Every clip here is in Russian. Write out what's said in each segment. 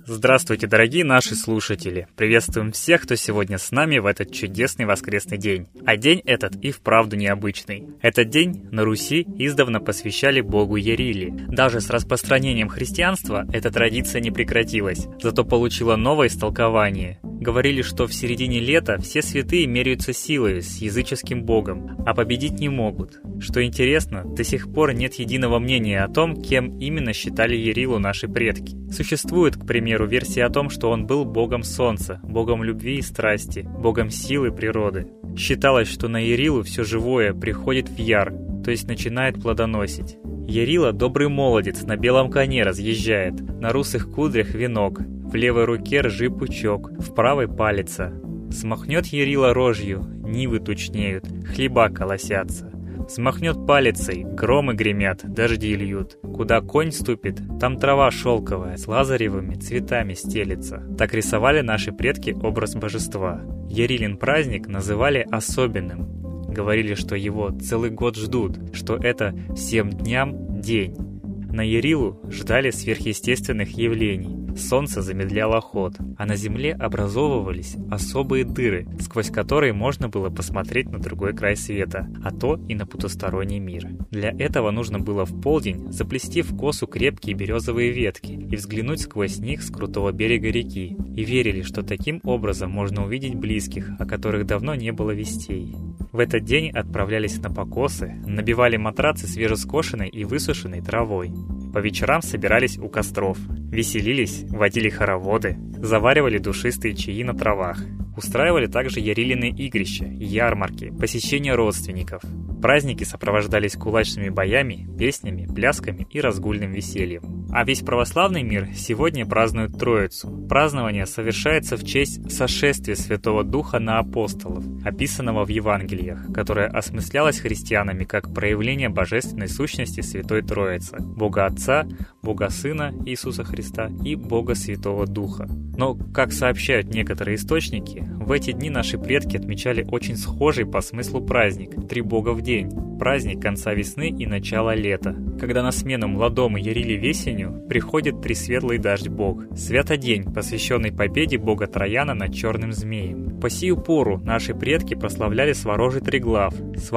Здравствуйте, дорогие наши слушатели! Приветствуем всех, кто сегодня с нами в этот чудесный воскресный день. А день этот и вправду необычный. Этот день на Руси издавна посвящали богу Яриле. Даже с распространением христианства эта традиция не прекратилась, зато получила новое истолкование. Говорили, что в середине лета все святые меряются силой с языческим богом, а победить не могут. Что интересно, до сих пор нет единого мнения о том, кем именно считали Ярилу наши предки. Существует, к примеру, версия о том, что он был богом солнца, богом любви и страсти, богом силы природы. Считалось, что на Ярилу все живое приходит в яр, то есть начинает плодоносить. Ярила – добрый молодец, на белом коне разъезжает, на русых кудрях венок, в левой руке ржи пучок, в правой палица. Смахнет Ярила рожью, нивы тучнеют, хлеба колосятся. Смахнет палицей, громы гремят, дожди льют. Куда конь ступит, там трава шелковая с лазаревыми цветами стелется. Так рисовали наши предки образ божества. Ярилин праздник называли особенным. Говорили, что его целый год ждут, что это всем дням день. На Ярилу ждали сверхъестественных явлений. Солнце замедляло ход, а на земле образовывались особые дыры, сквозь которые можно было посмотреть на другой край света, а то и на потусторонний мир. Для этого нужно было в полдень заплести в косу крепкие березовые ветки и взглянуть сквозь них с крутого берега реки. И верили, что таким образом можно увидеть близких, о которых давно не было вестей. В этот день отправлялись на покосы, набивали матрацы свежескошенной и высушенной травой. По вечерам собирались у костров, веселились, водили хороводы, заваривали душистые чаи на травах. Устраивали также ярилины игрища, ярмарки, посещения родственников. Праздники сопровождались кулачными боями, песнями, плясками и разгульным весельем. А весь православный мир сегодня празднует Троицу. Празднование совершается в честь сошествия Святого Духа на апостолов, описанного в Евангелиях, которое осмыслялось христианами как проявление божественной сущности Святой Троицы, Бога Отца, Бога Сына Иисуса Христа и Бога Святого Духа. Но, как сообщают некоторые источники, в эти дни наши предки отмечали очень схожий по смыслу праздник – Три Бога в день, праздник конца весны и начала лета, когда на смену молодому Яриле весенню приходит Пресветлый Дождь Бог, святодень, посвященный победе бога Трояна над черным змеем. По сию пору наши предки прославляли Сварожий Триглав,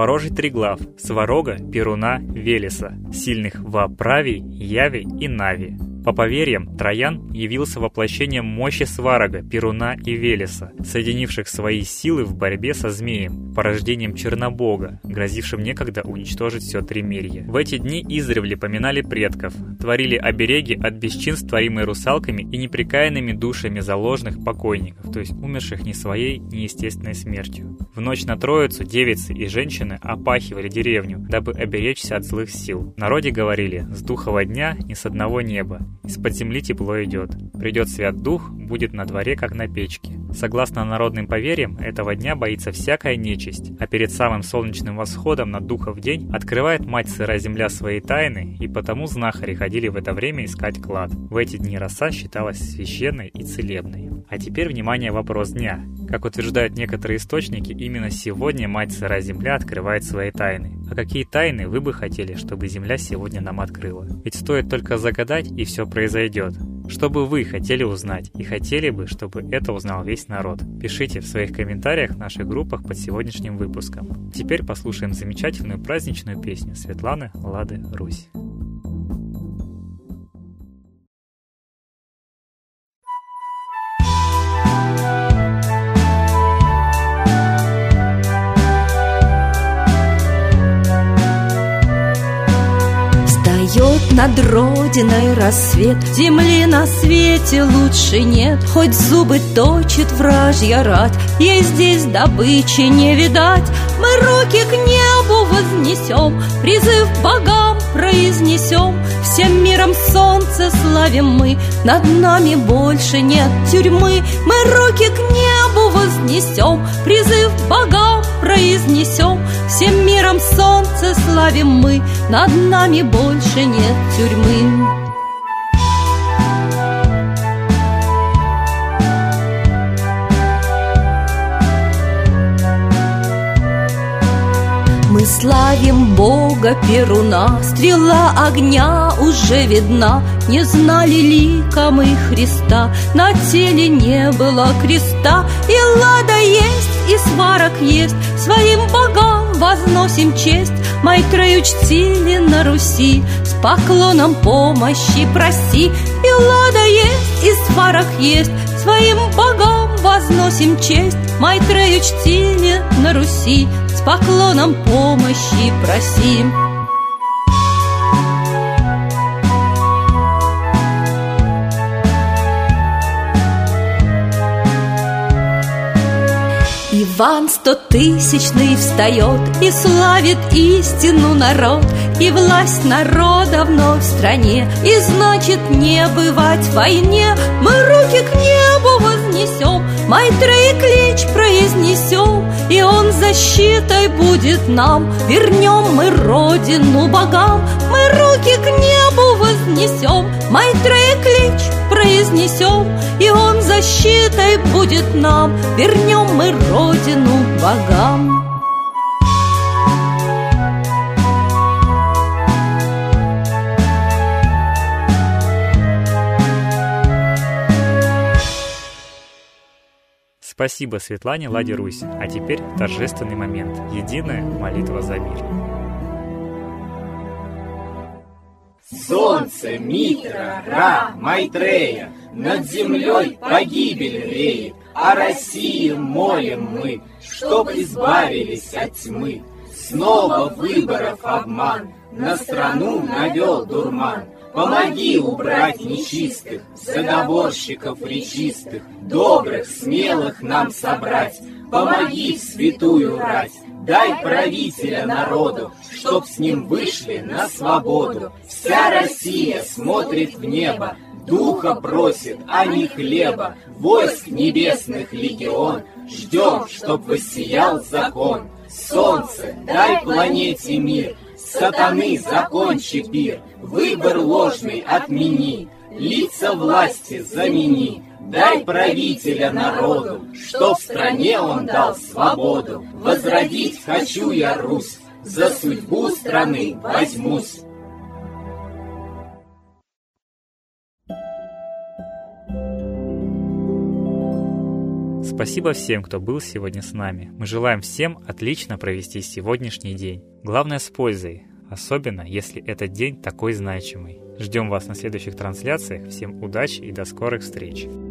Сварога, Перуна, Велеса, сильных во Праве, Яве и Наве. По поверьям, Троян явился воплощением мощи Сварога, Перуна и Велеса, соединивших свои силы в борьбе со змеем, порождением Чернобога, грозившим некогда уничтожить все Тримирье. В эти дни издревле поминали предков, творили обереги от бесчинств, творимой русалками и непрекаянными душами заложных покойников, то есть умерших не своей неестественной смертью. В ночь на Троицу девицы и женщины опахивали деревню, дабы оберечься от злых сил. В народе говорили: «С духова дня ни с одного неба, из-под земли тепло идет. Придет свят дух, будет на дворе, как на печке». Согласно народным поверьям, этого дня боится всякая нечисть, а перед самым солнечным восходом на Духов день открывает мать сырая земля свои тайны, и потому знахари ходили в это время искать клад. В эти дни роса считалась священной и целебной. А теперь, внимание, вопрос дня. Как утверждают некоторые источники, именно сегодня мать сырая земля открывает свои тайны. А какие тайны вы бы хотели, чтобы земля сегодня нам открыла? Ведь стоит только загадать, и все произойдет. Что бы вы хотели узнать, и хотели бы, чтобы это узнал весь народ? Пишите в своих комментариях в наших группах под сегодняшним выпуском. Теперь послушаем замечательную праздничную песню Светланы Лады Русь. Встает над родиной рассвет, земли на свете лучше нет. Хоть зубы точит вражья рать, ей здесь добычи не видать. Мы руки к небу вознесем, призыв богам произнесем. Всем миром солнце славим мы, над нами больше нет тюрьмы. Мы руки к небу вознесем, призыв богам произнесем. Всем миром солнце славим мы, над нами больше нет тюрьмы. Мы Мы славим Бога Перуна, стрела огня уже видна. Не знали лика мы Христа, на теле не было креста. И лада есть, и сварок есть, своим богам возносим честь. Майтрею чтили на Руси, с поклоном помощи проси. И лада есть, и сварок есть, своим богам возносим честь. Майтрею чтили на Руси, с поклоном помощи просим. Иван стотысячный встает и славит истину народ, и власть народа вновь в стране, и значит не бывать в войне. Мы руки к небу вознесем, Майтрея клич произнесем, и он защитой будет нам. Вернем мы родину богам, мы руки к небу вознесем, Майтрея клич произнесем, и он защитой будет нам. Вернем мы родину богам. Спасибо Светлане, Ладе Русь. А теперь торжественный момент. Единая молитва за мир. Солнце, Митра, Ра, Майтрея, над землей погибель реет. О России молим мы, чтоб избавились от тьмы. Снова выборов обман, на страну навел дурман. Помоги убрать нечистых, заговорщиков речистых, добрых, смелых нам собрать. Помоги в святую рать, дай правителя народу, чтоб с ним вышли на свободу. Вся Россия смотрит в небо, духа просит, а не хлеба. Войск небесных легион, ждем, чтоб воссиял закон. Солнце, дай планете мир, сатаны закончи пир, выбор ложный отмени, лица власти замени. Дай правителя народу, чтоб в стране он дал свободу. Возродить хочу я Русь, за судьбу страны возьмусь. Спасибо всем, кто был сегодня с нами. Мы желаем всем отлично провести сегодняшний день. Главное, с пользой, особенно если этот день такой значимый. Ждем вас на следующих трансляциях. Всем удачи и до скорых встреч!